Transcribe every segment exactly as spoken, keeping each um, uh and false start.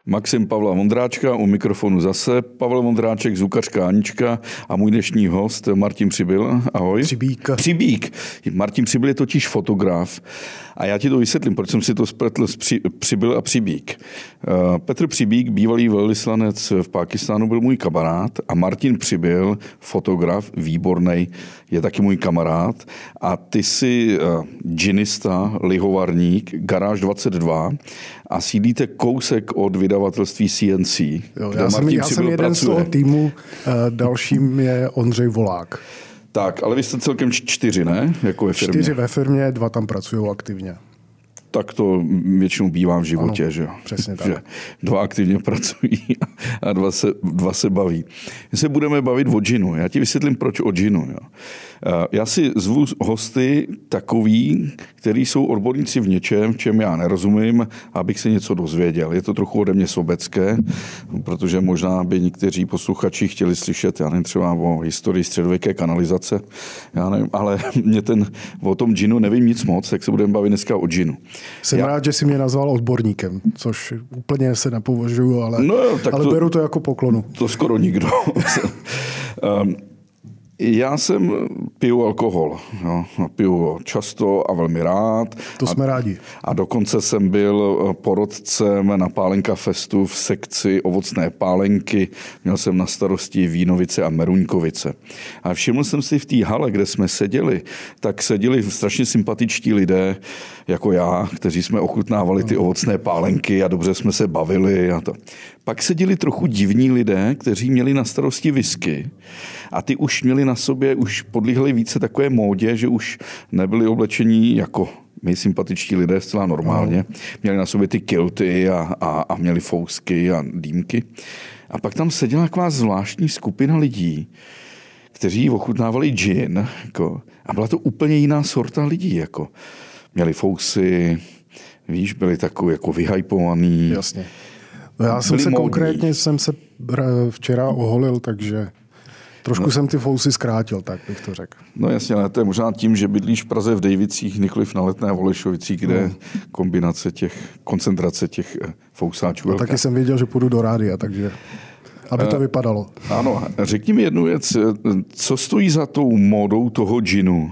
Maxim Pavla Vondráčka, u mikrofonu zase Pavel Vondráček, zvukařka Anička a můj dnešní host Martin Přibyl. Ahoj. Přibík. Přibík. Martin Přibyl je totiž fotograf a já ti to vysvětlím, proč jsem si to spletl s při, Přibyl a Přibík. Uh, Petr Přibík, bývalý velvyslanec v Pákistánu, byl můj kamarád a Martin Přibyl, fotograf, výborný, je taky můj kamarád a ty jsi uh, džinista, lihovarník, Garáž dvacet dva a sídlíte kousek od vydavatelství C N C. Jo, já jsem, já jsem jeden pracuje. Z toho týmu, dalším je Ondřej Volák. Tak, ale vy jste celkem čtyři, ne? Jako ve firmě. Čtyři ve firmě, dva tam pracují aktivně. Tak to většinou bývá v životě, ano, že jo? Přesně tak. Že dva aktivně pracují a dva se, dva se baví. My se budeme bavit o džinu. Já ti vysvětlím, proč o džinu. Jo? Já si zvu hosty takový, kteří jsou odborníci v něčem, v čem já nerozumím, abych se něco dozvěděl. Je to trochu ode mě sobecké, protože možná by někteří posluchači chtěli slyšet, já nevím, třeba o historii středověké kanalizace, já nevím, ale mě ten, o tom džinu nevím nic moc, tak se budeme bavit dneska o džinu. Jsem já... rád, že jsi mě nazval odborníkem, což úplně se nepovažuju, ale, no jo, tak ale to, beru to jako poklonu. To skoro nikdo. um, Já jsem piju alkohol. Jo. Piju často a velmi rád. To jsme a, rádi. A dokonce jsem byl porodcem na Pálenka Festu v sekci ovocné pálenky. Měl jsem na starosti Vínovice a Meruňkovice. A všiml jsem si v té hale, kde jsme seděli, tak seděli strašně sympatičtí lidé, jako já, kteří jsme ochutnávali ty ovocné pálenky a dobře jsme se bavili. A to. Pak seděli trochu divní lidé, kteří měli na starosti whisky. A ty už měli na sobě, už podlíhali více takové módě, že už nebyli oblečení jako my sympatičtí lidé zcela normálně. Měli na sobě ty kilty a, a, a měli fousky a dýmky. A pak tam seděla taková zvláštní skupina lidí, kteří ochutnávali gin. Jako, a byla to úplně jiná sorta lidí. Jako. Měli fousy, víš, byli takový jako vyhypovaný. Jasně. No já jsem se módní. Konkrétně jsem se včera oholil, takže trošku no. jsem ty fousy zkrátil, tak bych to řekl. No jasně, ale to je možná tím, že bydlíš v Praze v Dejvicích, nikoliv na Letné Volešovicích, kde no. kombinace těch, koncentrace těch fousáčů. No, taky jsem věděl, že půjdu do rádia, takže aby to vypadalo. Ano, řekni mi jednu věc, co stojí za tou módou toho džinu,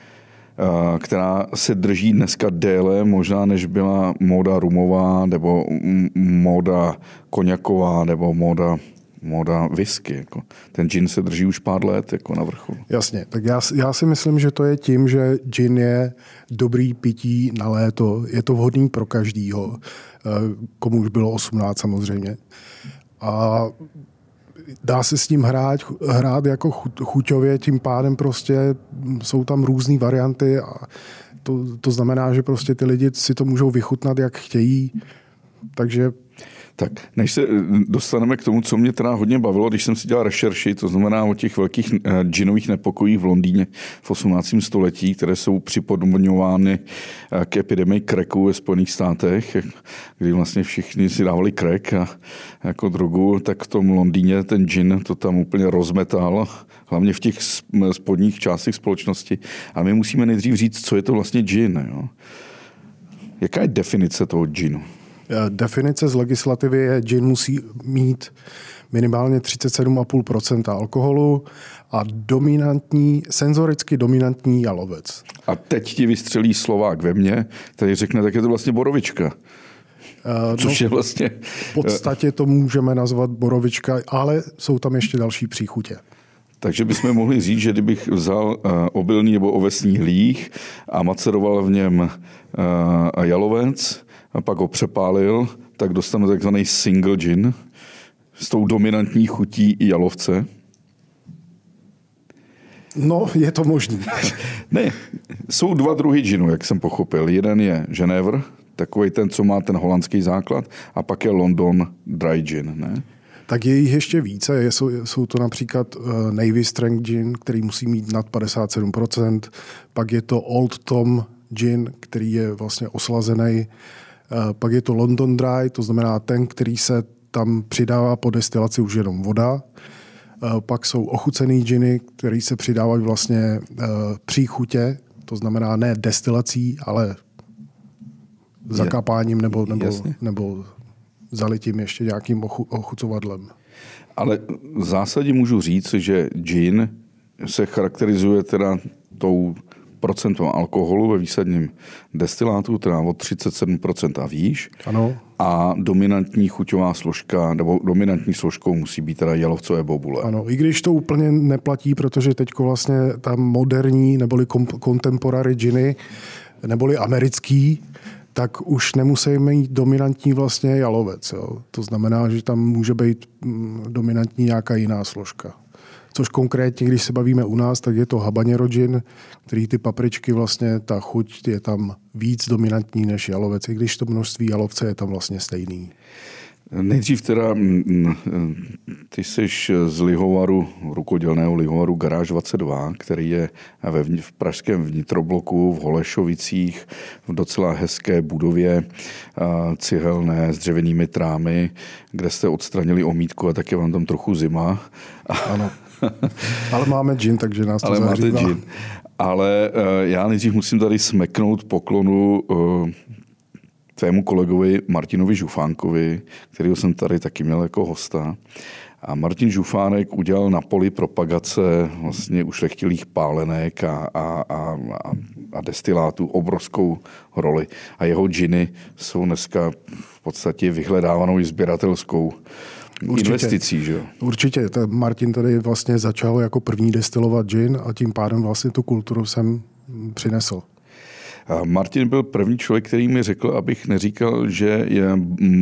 která se drží dneska déle, možná než byla móda rumová, nebo móda koněková, nebo móda móda whisky. Jako. Ten gin se drží už pár let jako na vrcholu. Jasně, tak já, já si myslím, že to je tím, že gin je dobrý pití na léto. Je to vhodný pro každýho, komu už bylo osmnáct samozřejmě. A dá se s ním hrát, hrát jako chuťově, tím pádem prostě jsou tam různé varianty a to, to znamená, že prostě ty lidi si to můžou vychutnat, jak chtějí. Takže tak, než se dostaneme k tomu, co mě teda hodně bavilo, když jsem si dělal rešerši, to znamená o těch velkých džinových nepokojích v Londýně v osmnáctém století, které jsou připodobňovány k epidemii cracku ve Spojených státech, kdy vlastně všichni si dávali crack a jako drogu, tak v tom Londýně ten gin to tam úplně rozmetal, hlavně v těch spodních částech společnosti. A my musíme nejdřív říct, co je to vlastně gin. Jo? Jaká je definice toho ginu? Definice z legislativy je, gin musí mít minimálně třicet sedm celá pět procenta alkoholu a dominantní, senzoricky dominantní jalovec. A teď ti vystřelí Slovák ve mně, který řekne, tak je to vlastně borovička. Což no, je vlastně... V podstatě to můžeme nazvat borovička, ale jsou tam ještě další příchutě. Takže bychom mohli říct, že kdybych vzal obilný nebo ovesný hlíh a maceroval v něm jalovec, a pak ho přepálil, tak dostanu takzvaný single gin s tou dominantní chutí i jalovce. No, je to možný. Ne, jsou dva druhy ginu, jak jsem pochopil. Jeden je Ženevr, takový ten, co má ten holandský základ, a pak je London Dry Gin, ne? Tak je jich ještě více. Jsou, jsou to například Navy Strength Gin, který musí mít nad padesát sedm procent. Pak je to Old Tom Gin, který je vlastně oslazený. Pak je to London Dry, to znamená ten, který se tam přidává po destilaci už jenom voda. Pak jsou ochucený giny, které se přidávají vlastně příchutě, to znamená ne destilací, ale zakapáním nebo, nebo, nebo zalitím ještě nějakým ochu- ochucovadlem. Ale v zásadě můžu říct, že gin se charakterizuje teda tou procentou alkoholu ve výsadním destilátu, teda o třicet sedm procent a výš. Ano. A dominantní chuťová složka, nebo dominantní složkou musí být teda jalovcové bobule. Ano, i když to úplně neplatí, protože teď vlastně tam moderní neboli contemporary giny, neboli americký, tak už nemusí mít dominantní vlastně jalovec. Jo. To znamená, že tam může být dominantní nějaká jiná složka. Což konkrétně, když se bavíme u nás, tak je to habanero gin, který ty papričky vlastně, ta chuť je tam víc dominantní než jalovec, i když to množství jalovce je tam vlastně stejný. Nejdřív teda, ty jsi z lihovaru, rukodělného lihovaru Garáž dvacet dva, který je ve, v pražském vnitrobloku v Holešovicích, v docela hezké budově cihelné s dřevěnými trámy, kde jste odstranili omítku a tak je vám tam trochu zima. Ano, ale máme gin, takže nás to ale zahřívá. Máte gin. Ale já nejdřív musím tady smeknout poklonu tvému kolegovi Martinovi Žufánkovi, kterého jsem tady taky měl jako hosta. A Martin Žufánek udělal na poli propagace vlastně ušlechtilých pálenek a, a, a, a destilátů obrovskou roli. A jeho džiny jsou dneska v podstatě vyhledávanou i sběratelskou Určitě. investicí. Že? Určitě. Martin tady vlastně začal jako první destilovat gin a tím pádem vlastně tu kulturu jsem přinesl. Martin byl první člověk, který mi řekl, abych neříkal, že je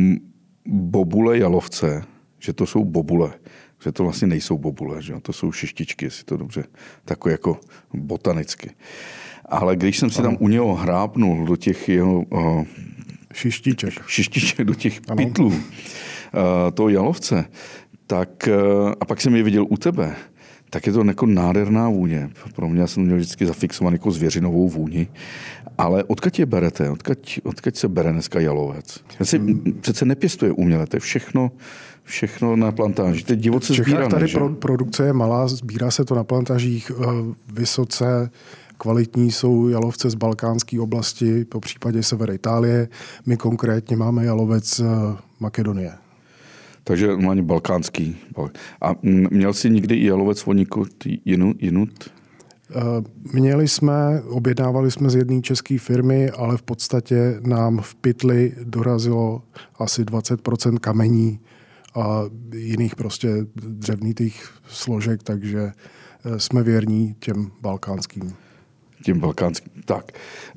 bobule jalovce, že to jsou bobule, že to vlastně nejsou bobule, že to jsou šištičky, jestli to dobře, takové jako botanicky. Ale když jsem si ano. tam u něho hrápnul do těch jeho uh, šištiček, šištiček do těch ano. pytlů uh, toho jalovce, tak uh, a pak jsem je viděl u tebe, tak je to jako nádherná vůně. Pro mě jsem měl vždycky zafixovaný jako zvěřinovou vůni. Ale odkud je berete? Odkud, odkud se bere dneska jalovec? Se přece nepěstuje uměle, to je všechno, všechno na plantáži. To je divoce sbírané. Tady pro, produkce je malá, sbírá se to na plantážích. Vysoce kvalitní jsou jalovce z balkánské oblasti, po případě sever Itálie. My konkrétně máme jalovec z Makedonie. Takže normálně balkánský. A měl jsi někdy i jalovec voníku jinut? Měli jsme, objednávali jsme z jedné české firmy, ale v podstatě nám v pytli dorazilo asi dvacet procent kamení a jiných prostě dřevnitých složek, takže jsme věrní těm balkánským. Těm balkánským. Tak.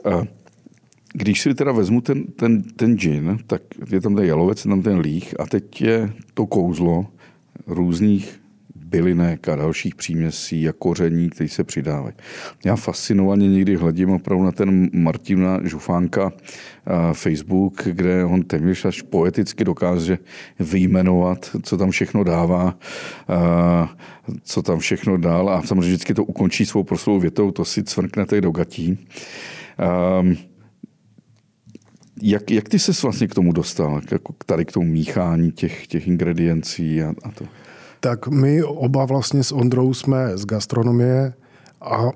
Když si teda vezmu ten, ten, ten gin, tak je tam ten jalovec, je tam ten líh a teď je to kouzlo různých bylinek a dalších příměsí a koření, které se přidávají. Já fascinovaně někdy hledím opravdu na ten Martina Žufánka Facebook, kde on téměř až poeticky dokáže vyjmenovat, co tam všechno dává, co tam všechno dál a samozřejmě vždycky to ukončí svou proslou větou, to si cvrknete do gatí. Jak, jak ty ses vlastně k tomu dostal? Jako tady k tomu míchání těch, těch ingrediencí a, a to? Tak my oba vlastně s Ondrou jsme z gastronomie a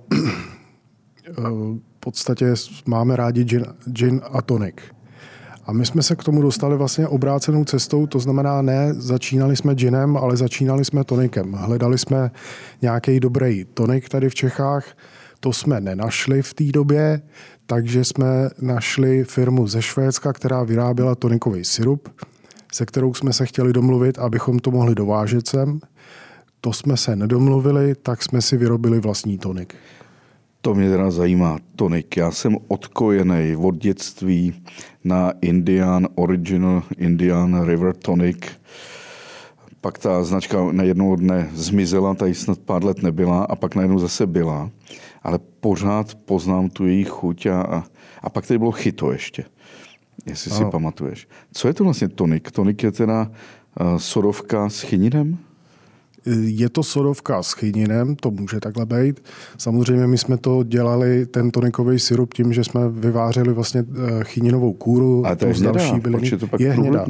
v podstatě máme rádi gin, gin a tonik. A my jsme se k tomu dostali vlastně obrácenou cestou, to znamená ne, začínali jsme ginem, ale začínali jsme tonikem. Hledali jsme nějaký dobrý tonik tady v Čechách, to jsme nenašli v té době, takže jsme našli firmu ze Švédska, která vyráběla tonikový sirup, se kterou jsme se chtěli domluvit, abychom to mohli dovážet sem. To jsme se nedomluvili, tak jsme si vyrobili vlastní tonik. To mě teda zajímá, tonik. Já jsem odkojený od dětství na Indian Original Indian River Tonic. Pak ta značka na jednoho dne zmizela, tady snad pár let nebyla a pak najednou zase byla. Ale pořád poznám tu její chuť a, a, a pak tady bylo chyto ještě. Jestli ano. si pamatuješ. Co je to vlastně tonik? Tonik je teda uh, sodovka s chyninem? Je to sodovka s chyninem, to může takhle být. Samozřejmě my jsme to dělali, ten tonikový sirup, tím, že jsme vyvářeli vlastně chyninovou kůru. A to je hnědá, proč je to pak je hnědá.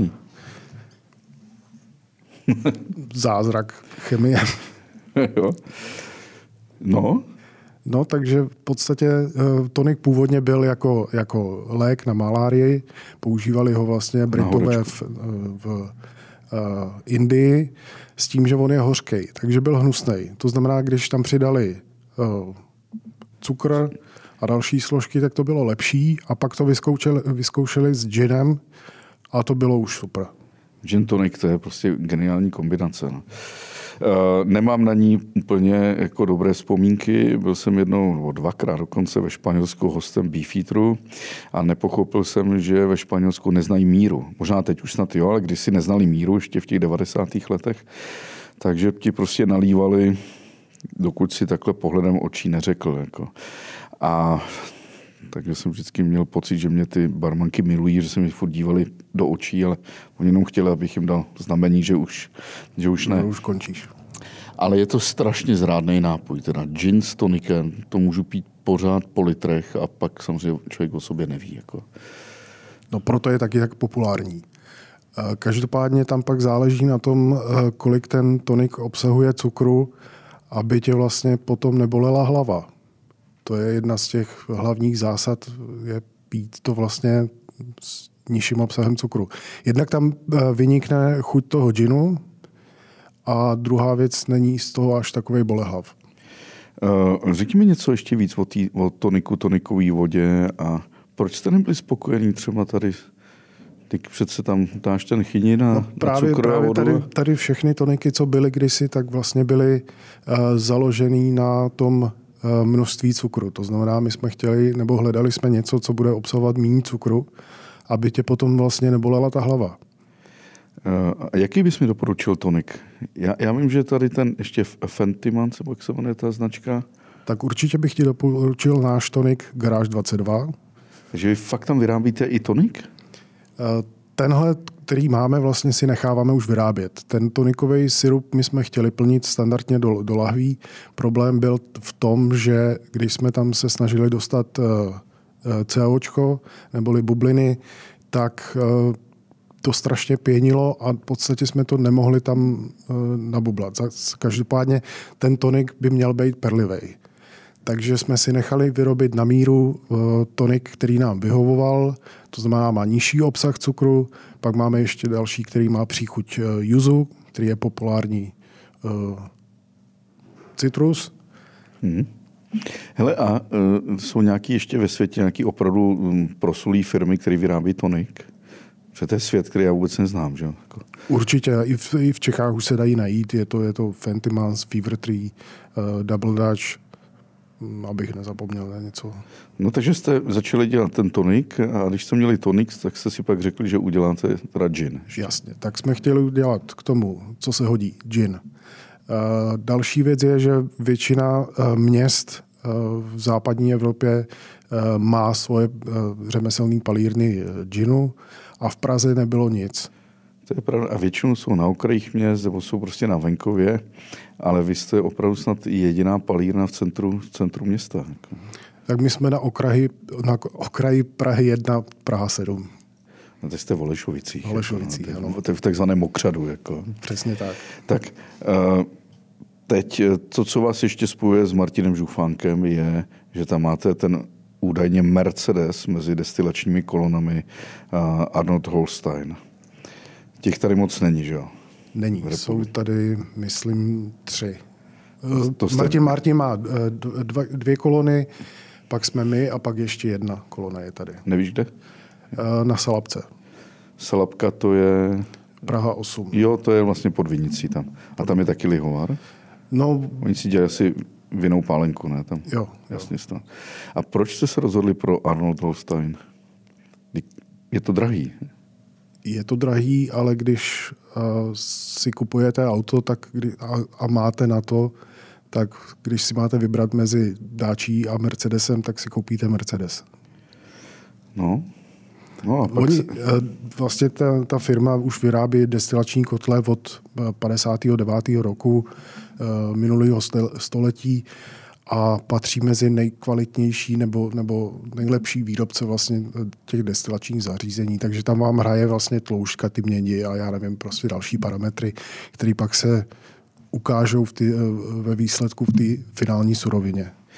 Zázrak chemie. Jo. No? No, takže v podstatě tonik původně byl jako, jako lék na malárii. Používali ho vlastně Britové v, v uh, Indii s tím, že on je hořkej, takže byl hnusnej. To znamená, když tam přidali uh, cukr a další složky, tak to bylo lepší a pak to vyzkoušeli, vyzkoušeli s ginem a to bylo už super. Gin tonic, to je prostě geniální kombinace. No. Nemám na ní úplně jako dobré vzpomínky. Byl jsem jednou nebo dvakrát dokonce ve Španělsku hostem Beefeateru a nepochopil jsem, že ve Španělsku neznají míru. Možná teď už snad jo, ale když si neznali míru ještě v těch devadesátých letech, takže ti prostě nalívali, dokud si takhle pohledem očí neřekl. Jako. A takže jsem vždycky měl pocit, že mě ty barmanky milují, že se mi furt dívali do očí, ale oni jenom chtěli, abych jim dal znamení, že už, že už ne. No, už končíš. Ale je to strašně zrádnej nápoj. Teda gin s tonikem, to můžu pít pořád po litrech a pak samozřejmě člověk o sobě neví. Jako. No proto je taky tak populární. Každopádně tam pak záleží na tom, kolik ten tonik obsahuje cukru, aby tě vlastně potom nebolela hlava. To je jedna z těch hlavních zásad, je pít to vlastně s nižším obsahem cukru. Jednak tam vynikne chuť toho ginu a druhá věc, není z toho až takovej bolehlav. Uh, řekni mi něco ještě víc o, tý, o toniku, tonikové vodě a proč jste nebyli spokojení třeba tady? Teď přece tam dáš ten chynin a, no, právě, a cukr právě a vodu. Tady, tady všechny toniky, co byly kdysi, tak vlastně byly uh, založený na tom množství cukru. To znamená, my jsme chtěli, nebo hledali jsme něco, co bude obsahovat méně cukru, aby tě potom vlastně nebolela ta hlava. A jaký bys mi doporučil tonik? Já, já vím, že tady ten ještě Fentimans, nebo jak se jmenuje ta značka? Tak určitě bych ti doporučil náš tonik Garage dvacet dva. Takže vy fakt tam vyrábíte i tonik? Tenhle, který máme, vlastně si necháváme už vyrábět. Ten tonikový sirup my jsme chtěli plnit standardně do, do lahví. Problém byl v tom, že když jsme tam se snažili dostat uh, COčko, neboli bubliny, tak uh, to strašně pěnilo a v podstatě jsme to nemohli tam uh, nabublat. Každopádně ten tonik by měl být perlivej. Takže jsme si nechali vyrobit na míru uh, tonik, který nám vyhovoval, to znamená má nižší obsah cukru, pak máme ještě další, který má příchuť uh, yuzu, který je populární uh, citrus. Hmm. Hele, a uh, jsou nějaký ještě ve světě nějaký opravdu um, proslulý firmy, které vyrábí tonik? Protože to je svět, který já vůbec neznám, že? Jako... Určitě, i v, i v Čechách už se dají najít, je to, je to Fentimans, Fever Tree, uh, Double Dutch, abych nezapomněl na něco. No takže jste začali dělat ten tonik a když jste měli tonik, tak jste si pak řekli, že uděláte teda gin. Jasně, tak jsme chtěli udělat k tomu, co se hodí, gin. Uh, další věc je, že většina uh, měst uh, v západní Evropě uh, má svoje uh, řemeslné palírny uh, ginu a v Praze nebylo nic. To je pravda. A většinou jsou na okrajích měst, nebo jsou prostě na venkově, ale vy jste opravdu snad jediná palírna v centru, v centru města. Tak my jsme na okraji, na okraji Prahy jedna, Praha sedm. No teď jste v Holešovicích. V Holešovicích, jako, ano. To je v takzvaném mokřadu. Jako. Přesně tak. Tak teď to, co vás ještě spojuje s Martinem Žufánkem, je, že tam máte ten údajně Mercedes mezi destilačními kolonami Arnold Holstein. Těch tady moc není, že jo? Není. Jsou tady, myslím, tři. To jste... Martin Martin má dva, dvě kolony, pak jsme my a pak ještě jedna kolona je tady. Nevíš kde? Na Salapce. Salapka to je... Praha osm. Jo, to je vlastně pod Vinicí tam. A tam je taky lihovar? No... Oni si dělají asi vinnou pálenku, ne? Tam. Jo. Jasně. Jo. A proč jste se rozhodli pro Arnold Holstein? Je to drahý. Je to drahý, ale když uh, si kupujete auto tak kdy, a, a máte na to, tak když si máte vybrat mezi Dačí a Mercedesem, tak si koupíte Mercedes. No. no a pak Oni, se... uh, vlastně ta, ta firma už vyrábí destilační kotle od padesátého devátého roku uh, minulého století a patří mezi nejkvalitnější nebo, nebo nejlepší výrobce vlastně těch destilačních zařízení. Takže tam vám hraje vlastně tloušťka, ty mědi a já nevím, prostě další parametry, které pak se ukážou v ty, ve výsledku v té finální surovině.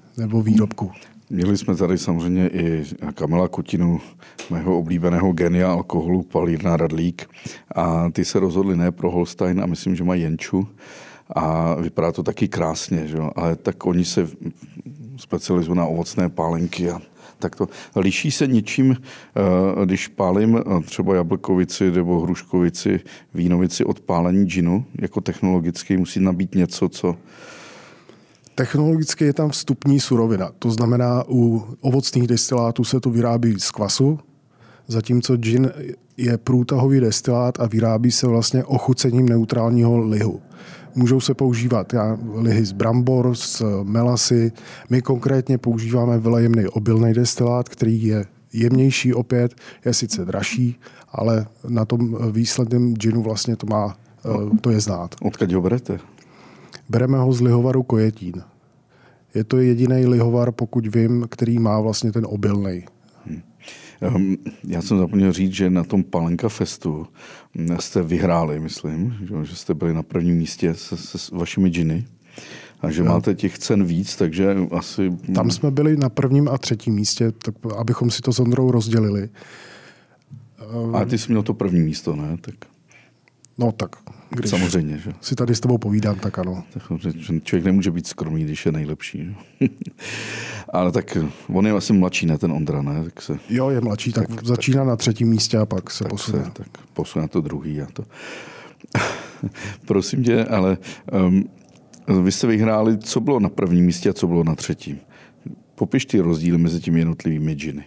nebo výrobku. Měli jsme tady samozřejmě i Kamila Kutinu, mého oblíbeného genia alkoholu, Palírna Radlík. A ty se rozhodli ne pro Holstein a myslím, že mají Jenču. A vypadá to taky krásně, že? Ale tak oni se specializují na ovocné pálenky a tak to. Liší se něčím, když pálím třeba jablkovici nebo hruškovici, vínovici od pálení džinu, jako technologicky musí nabít něco, co... Technologicky je tam vstupní surovina. To znamená, u ovocných destilátů se to vyrábí z kvasu, zatímco gin je průtahový destilát a vyrábí se vlastně ochucením neutrálního lihu. Můžou se používat já, lihy z brambor, z melasy. My konkrétně používáme velejemný obilný destilát, který je jemnější opět, je sice dražší, ale na tom výsledném ginu vlastně to má, to je znát. Odkud ho berete? Bereme ho z lihovaru Kojetín. Je to jediný lihovar, pokud vím, který má vlastně ten obilnej. Hmm. Já jsem zapomněl říct, že na tom Pálenka Festu jste vyhráli, myslím, že jste byli na prvním místě se, se s vašimi džiny a že jo. Máte těch cen víc, takže asi... Tam jsme byli na prvním a třetím místě, tak abychom si to s Ondrou rozdělili. A ty jsi měl to první místo, ne? Tak... No tak, když samozřejmě, že? si tady s tebou povídám, tak ano. Tak, člověk nemůže být skromný, když je nejlepší. Ale tak on je asi mladší, ne ten Ondra, ne? Tak se, jo, je mladší, tak, tak začíná tak, na třetím místě a pak se tak posune. Se, tak posune to druhý a to. Prosím tě, ale um, vy jste vyhráli, co bylo na prvním místě a co bylo na třetím. Popiš ty rozdíly mezi těmi jednotlivými džiny.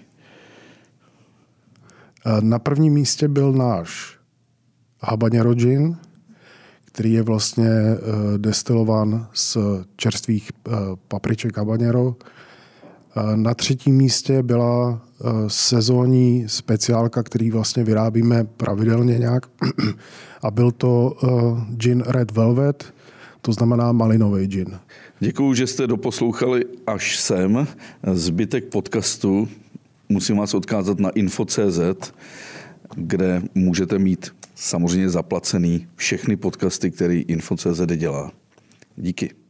Na prvním místě byl náš habanero gin, který je vlastně destilován z čerstvých papriček habanero. Na třetím místě byla sezónní speciálka, který vlastně vyrábíme pravidelně nějak. A byl to gin Red Velvet, to znamená malinový gin. Děkuju, že jste doposlouchali až sem. Zbytek podcastu musím vás odkázat na info tečka cé zet, kde můžete mít samozřejmě zaplacený všechny podcasty, které info tečka cé zet dělá. Díky.